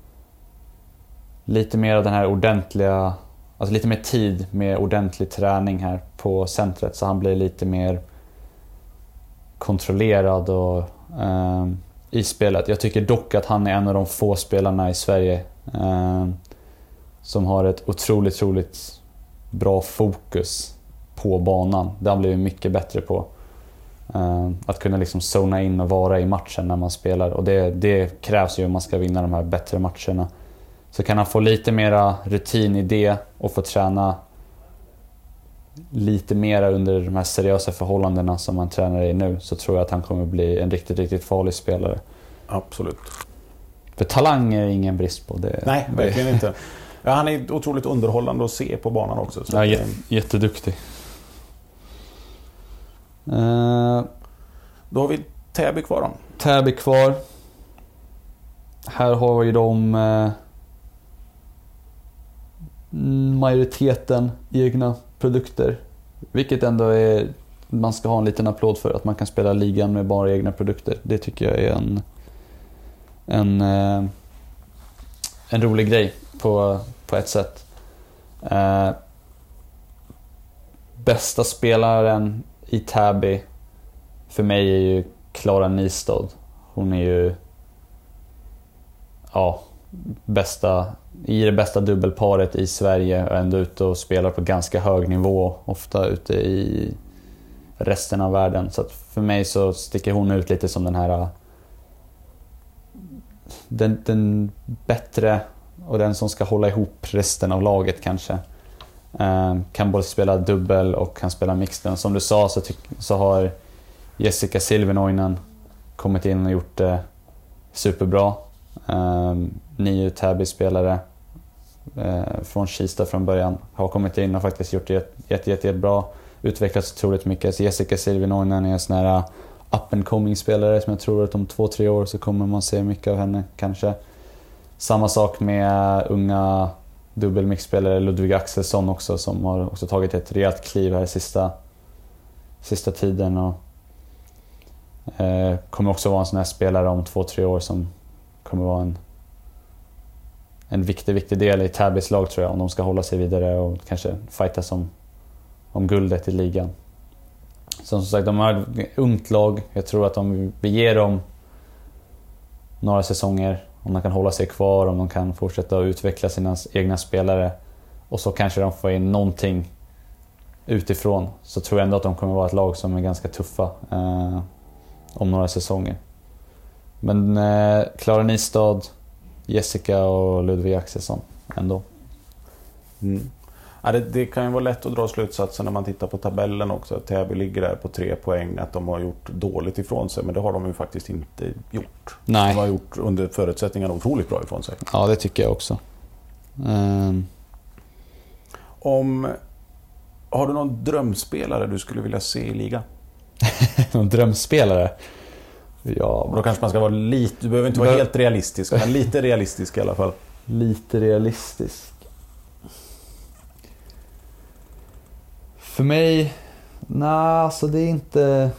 lite mer av den här ordentliga, alltså lite mer tid med ordentlig träning här på centret, så han blir lite mer kontrollerad och eh, i spelet. Jag tycker dock att han är en av de få spelarna i Sverige eh, som har ett otroligt, otroligt bra fokus på banan. Det har blivit mycket bättre på. Eh, att kunna liksom zona in och vara i matchen när man spelar. Och det, det krävs ju om man ska vinna de här bättre matcherna. Så kan han få lite mera rutin i det och få träna lite mera under de här seriösa förhållandena som man tränar i nu, så tror jag att han kommer bli en riktigt, riktigt farlig spelare. Absolut. För talang är ingen brist på det. Nej, verkligen inte. Ja, han är otroligt underhållande att se på banan också. Så ja, det... j- jätteduktig. Uh, Då har vi Täby kvar då. Täby kvar. Här har vi de uh, majoriteten egna produkter. Vilket ändå är, man ska ha en liten applåd för, att man kan spela ligan med bara egna produkter. Det tycker jag är en en, uh, en rolig grej på, på ett sätt. Uh, bästa spelaren i Täby för mig är ju Klara Nistad. Hon är ju ja, bästa i det bästa dubbelparet i Sverige och ändå ute och spelar på ganska hög nivå, ofta ute i resten av världen. Så att för mig så sticker hon ut lite som den här den, den bättre och den som ska hålla ihop resten av laget kanske. Uh, kan både spela dubbel och kan spela mixten. Som du sa så, tyck- så har Jessica Silvenoinen kommit in och gjort det superbra. Um, nio Täby-spelare uh, från Kista från början har kommit in och faktiskt gjort det jätte, jätte, jätte bra. Utvecklats otroligt mycket. Så Jessica Silvinoinen är en sån här up and coming spelare som jag tror att om två, tre år så kommer man se mycket av henne kanske. Samma sak med unga dubbelmixspelare Ludvig Axelsson också, som har också tagit ett rejält kliv här sista, sista tiden och eh, kommer också vara en sån här spelare om två, tre år som kommer vara en, en viktig, viktig del i Täbys lag tror jag, om de ska hålla sig vidare och kanske fighta som, om guldet i ligan. Så som sagt, de har ett ungt lag. Jag tror att om vi ger dem några säsonger, om de kan hålla sig kvar, om de kan fortsätta att utveckla sina egna spelare och så kanske de får in någonting utifrån, så tror jag ändå att de kommer vara ett lag som är ganska tuffa eh, om några säsonger. Men eh, Klara Nistad, Jessica och Ludvig Axelsson ändå. Mm. Ja, det, det kan ju vara lätt att dra slutsatsen när man tittar på tabellen också, att Täby ligger där på tre poäng, att de har gjort dåligt ifrån sig, men det har de ju faktiskt inte gjort. Nej. De har gjort under förutsättningarna otroligt bra ifrån sig. Ja, det tycker jag också. Um... Om, har du någon drömspelare du skulle vilja se i liga? Någon drömspelare? Ja. Då kanske man ska vara lite, du behöver inte vara helt realistisk, men lite realistisk i alla fall. Lite realistisk. För mig, nej, alltså det är inte...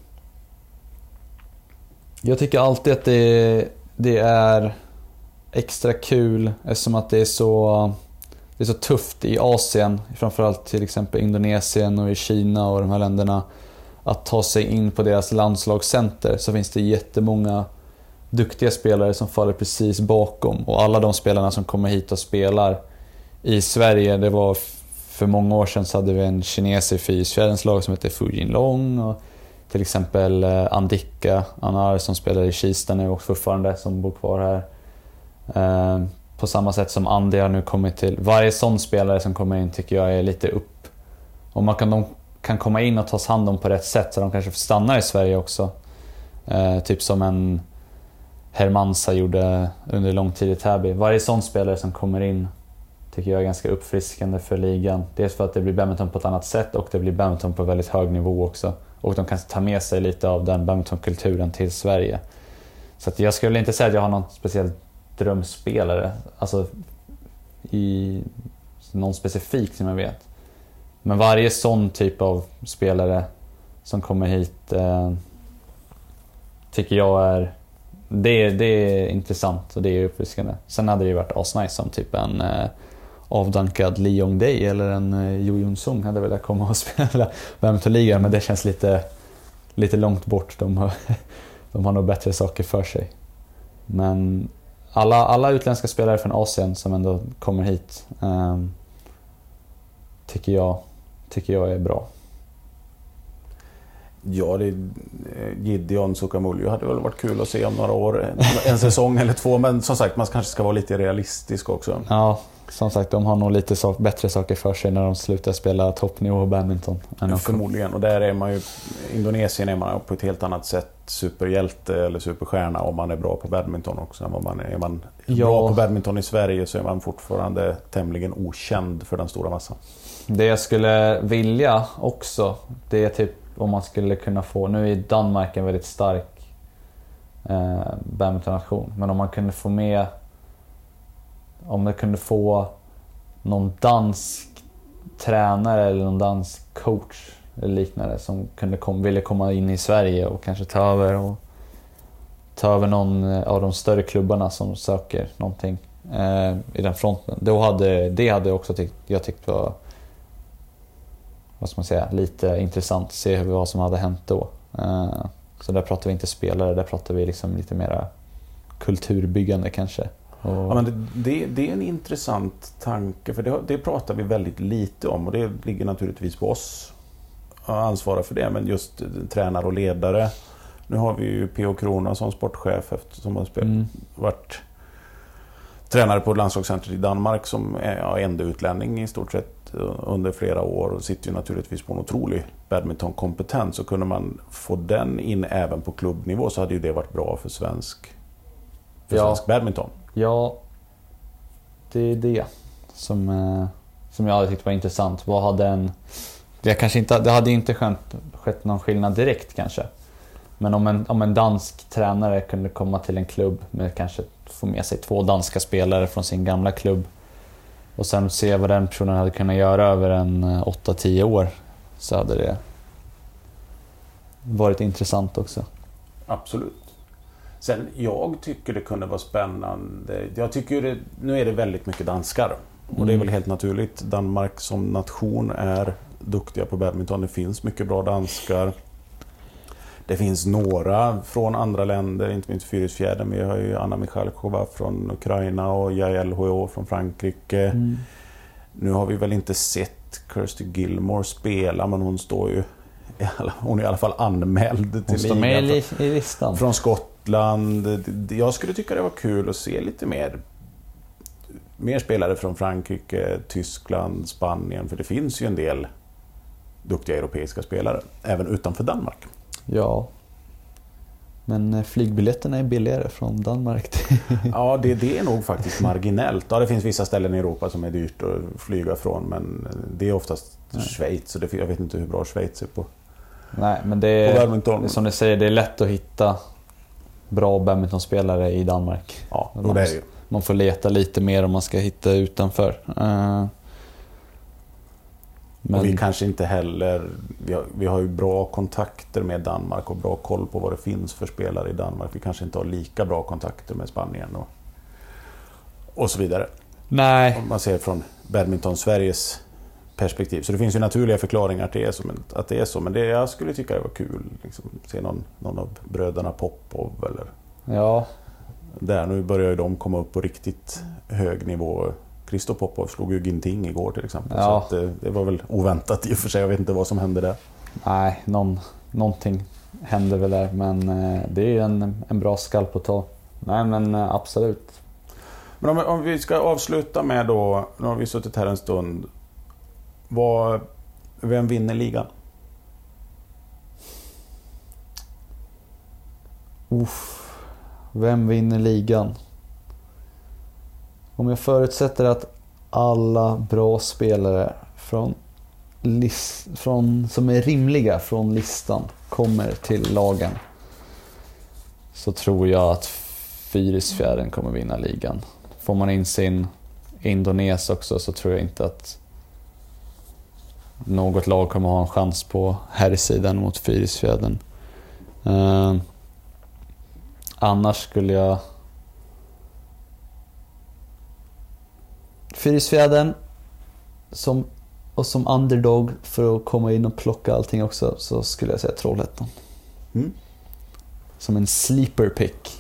Jag tycker alltid att det, det är extra kul eftersom att det är så, det är så tufft i Asien, framförallt till exempel Indonesien och i Kina och de här länderna, att ta sig in på deras landslagscenter. Så finns det jättemånga duktiga spelare som faller precis bakom, och alla de spelarna som kommer hit och spelar i Sverige, det var för många år sedan så hade vi en kines i Fysfjärdens lag som heter Fujin Long, och till exempel Andika Anar som spelar i Kista nu och fortfarande, som bor kvar här. Eh, på samma sätt som Andi har nu kommit till. Varje sån spelare som kommer in tycker jag är lite upp. Och man kan, de kan komma in och tas hand om på rätt sätt så de kanske får stanna i Sverige också. Eh, typ som en Hermansa gjorde under lång tid i Täby. Varje sån spelare som kommer in tycker jag är ganska uppfriskande för ligan. Dels för att det blir badminton på ett annat sätt, och det blir badminton på väldigt hög nivå också. Och de kan ta med sig lite av den badmintonkulturen till Sverige. Så att jag skulle inte säga att jag har någon speciell drömspelare. Alltså i någon specifik som jag vet. Men varje sån typ av spelare som kommer hit eh, tycker jag är det, det är intressant och det är uppfriskande. Sen hade det ju varit asnice som typ en eh, avdankad Lee Yong-dae eller en eh, Jo Jun-sung hade velat komma och spela badmintonligan, men det känns lite, lite långt bort. De har, de har nog bättre saker för sig. Men alla, alla utländska spelare från Asien som ändå kommer hit eh, tycker jag, tycker jag är bra. Ja, det, Gideon Sukamuljo hade väl varit kul att se om några år, en säsong eller två, men som sagt, man kanske ska vara lite realistisk också. Ja, som sagt, de har nog lite sak, bättre saker för sig när de slutar spela toppnivå och badminton. Ja, förmodligen, och där är man ju, Indonesien är man på ett helt annat sätt superhjälte eller superstjärna om man är bra på badminton också. Om man är man ja. bra på badminton i Sverige så är man fortfarande tämligen okänd för den stora massan. Det jag skulle vilja också, det är typ om man skulle kunna få, nu är Danmark en väldigt stark eh, badmintonation, men om man kunde få med, om man kunde få någon dansk tränare eller någon dansk coach eller liknande som kunde kom, ville komma in i Sverige och kanske ta över och ta över någon av de större klubbarna som söker någonting eh, i den fronten. Då hade, det hade jag också tyckt, jag tyckt var, vad ska man säga, lite intressant att se vad som hade hänt då. Uh, så där pratar vi inte spelare, där pratar vi liksom lite mer kulturbyggande kanske. Och... Ja, men det, det, det är en intressant tanke, för det, det pratar vi väldigt lite om, och det ligger naturligtvis på oss att ansvara för det, men just tränare och ledare. Nu har vi ju P O Krona som sportchef som har spelat, mm. varit tränare på landslagscentret i Danmark som är ja, enda utlänning i stort sett under flera år och sitter ju naturligtvis på en otrolig badmintonkompetens. Så kunde man få den in även på klubbnivå så hade ju det varit bra för svensk, för Ja. svensk badminton. Ja, det är det som, eh, som jag hade tyckt var intressant. Vad hade en... Det, kanske inte, det hade inte skett, skett någon skillnad direkt kanske. Men om en, om en dansk tränare kunde komma till en klubb med kanske få med sig två danska spelare från sin gamla klubb och sen se vad den personen hade kunnat göra över en åtta tio år, så hade det varit intressant också. Absolut. Sen jag tycker det kunde vara spännande. Jag tycker det, nu är det väldigt mycket danskar. Och det är väl helt naturligt. Danmark som nation är duktiga på badminton. Det finns mycket bra danskar. Det finns några från andra länder, inte minst Fyrisfjärden. Vi har ju Anna Michalkova från Ukraina och Jael H O från Frankrike. Mm. Nu har vi väl inte sett Kirsty Gilmore spela, men hon står ju hon är i alla fall anmäld till hon står med i listan. Från Skottland. Jag skulle tycka det var kul att se lite mer mer spelare från Frankrike, Tyskland, Spanien, för det finns ju en del duktiga europeiska spelare även utanför Danmark. Ja. Men flygbiljetterna är billigare från Danmark. Ja, det, det är nog faktiskt marginellt. Ja, det finns vissa ställen i Europa som är dyrt att flyga från, men det är oftast Nej. Schweiz, så det, jag vet inte hur bra Schweiz är på. Nej, men det är, det är som du säger, det är lätt att hitta bra badmintonspelare i Danmark. Ja, och man, det är det ju. Man får leta lite mer om man ska hitta utanför. Uh, men... Och vi kanske inte heller, vi har, vi har ju bra kontakter med Danmark och bra koll på vad det finns för spelare i Danmark. Vi kanske inte har lika bra kontakter med Spanien och, och så vidare. Nej. Om man ser från badminton Sveriges perspektiv. Så det finns ju naturliga förklaringar till det, som att det är så. Men det, jag skulle tycka det var kul liksom, se någon, någon av bröderna Popov eller... Ja. Där, nu börjar ju de komma upp på riktigt hög nivå. Christo Popov slog ju Ginting igår till exempel. Ja. Så att det, det var väl oväntat i och för sig. Jag vet inte vad som hände där. Nej, någon, någonting hände väl där. Men eh, det är ju en, en bra skalp att ta. Nej, men eh, absolut. Men om, om vi ska avsluta med då, nu har vi suttit här en stund. Vad, vem vinner ligan? Uff. Vem vinner ligan? Om jag förutsätter att alla bra spelare från, list, från, som är rimliga från listan kommer till lagen, så tror jag att Fyrisfjärden kommer vinna ligan. Får man in sin Indones också, så tror jag inte att något lag kommer ha en chans på herrsidan mot Fyrisfjärden. Uh, Annars skulle jag... Fyrisfjärden som, och som underdog för att komma in och plocka allting också, så skulle jag säga Trollhättan. Mm. Som en sleeper pick.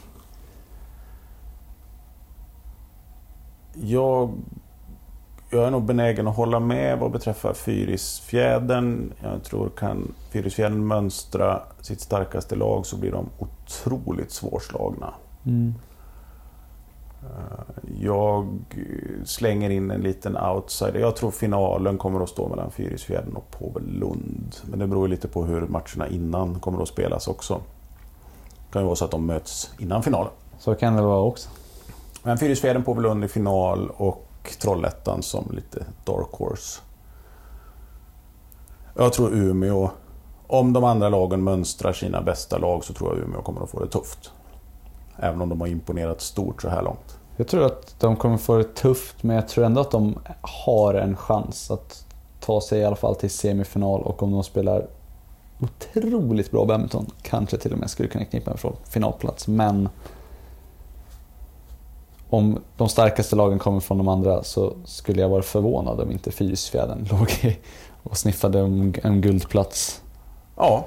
Jag, jag är nog benägen att hålla med vad beträffar Fyrisfjärden. Jag tror kan Fyrisfjärden mönstra sitt starkaste lag, så blir de otroligt svårslagna. Mm. Jag slänger in en liten outsider. Jag tror finalen kommer att stå mellan Fyrisfjärden och Påvelund. Men det beror lite på hur matcherna innan kommer att spelas också. Det kan ju vara så att de möts innan finalen. Så kan det vara också. Men Fyrisfjärden, Påvelund i final och Trollhättan som lite dark horse. Jag tror Umeå, om de andra lagen mönstrar sina bästa lag, så tror jag Umeå kommer att få det tufft. Även om de har imponerat stort så här långt. Jag tror att de kommer få det tufft, men jag tror ändå att de har en chans att ta sig i alla fall till semifinal, och om de spelar otroligt bra badminton kanske till och med skulle kunna knipa en finalplats. Men om de starkaste lagen kommer från de andra, så skulle jag vara förvånad om inte Fyrisfjärden låg och sniffade om en guldplats. Ja.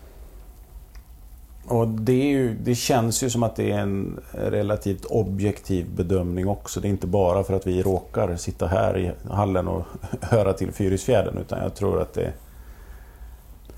Och det, är ju, det känns ju som att det är en relativt objektiv bedömning också. Det är inte bara för att vi råkar sitta här i hallen och höra till Fyrisfjärden, utan jag tror att det,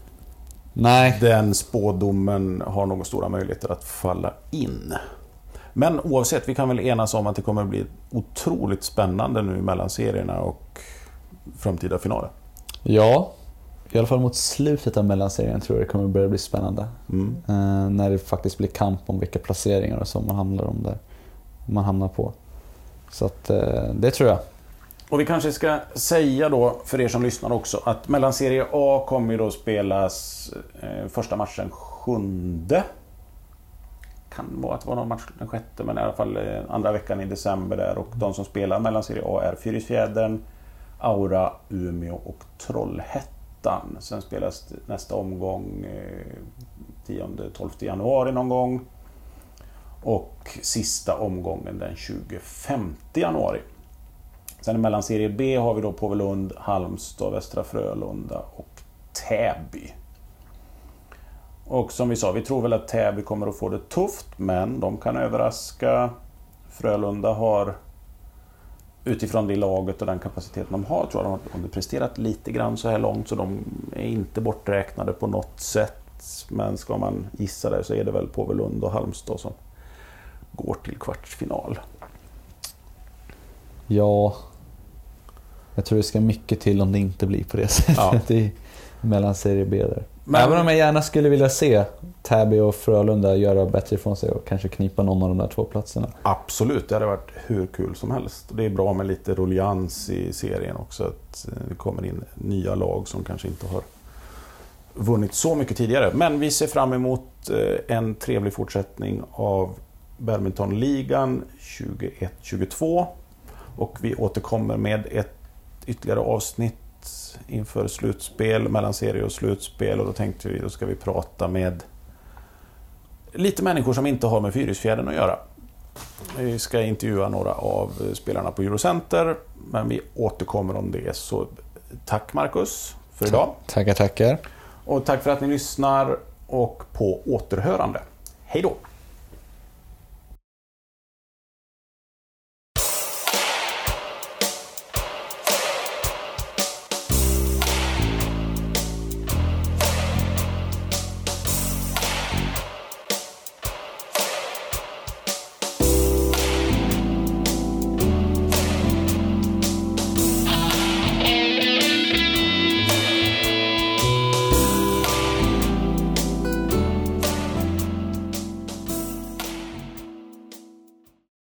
Nej. den spådomen har några stora möjligheter att falla in. Men oavsett, vi kan väl enas om att det kommer att bli otroligt spännande nu mellan serierna och framtida finaler. Ja, i alla fall mot slutet av mellanserien tror jag det kommer börja bli spännande. Mm. Eh, när det faktiskt blir kamp om vilka placeringar och så man hamnar, om där, man hamnar på. Så att, eh, det tror jag. Och vi kanske ska säga då för er som lyssnar också att mellanserie A kommer ju då spelas eh, första matchen sjunde. Kan vara att det var någon match den sjätte, men i alla fall eh, andra veckan i december där. Och de som spelar mellanserie A är Fyrisfjädern, Aura, Umeå och Trollhättan. Sen spelas nästa omgång eh, tionde till tolfte januari någon gång. Och sista omgången den tjugofemte januari. Sen i mellanserie B har vi då Påvelund, Halmstad, Västra Frölunda och Täby. Och som vi sa, vi tror väl att Täby kommer att få det tufft, men de kan överraska. Frölunda har utifrån det laget och den kapaciteten de har, tror jag de har presterat lite grann så här långt, så de är inte borträknade på något sätt. Men ska man gissa där så är det väl Påvelund och Halmstad som går till kvartsfinal. Ja, jag tror det ska mycket till om det inte blir på det sättet. Ja. I mellan serie B där. Men, även om jag gärna skulle vilja se Täby och Frölunda göra bättre ifrån sig och kanske knipa någon av de där två platserna. Absolut, det hade varit hur kul som helst. Det är bra med lite ruljans i serien också, att det kommer in nya lag som kanske inte har vunnit så mycket tidigare. Men vi ser fram emot en trevlig fortsättning av Badmintonligan tjugoett tjugotvå. Och vi återkommer med ett ytterligare avsnitt inför slutspel, mellan serie och slutspel. Och då tänkte vi, då ska vi prata med lite människor som inte har med Fyrisfjädern att göra. Vi ska intervjua några av spelarna på Eurocenter, men vi återkommer om det. Så tack Marcus för idag. Tackar, tackar. Och tack för att ni lyssnar och på återhörande. Hej då!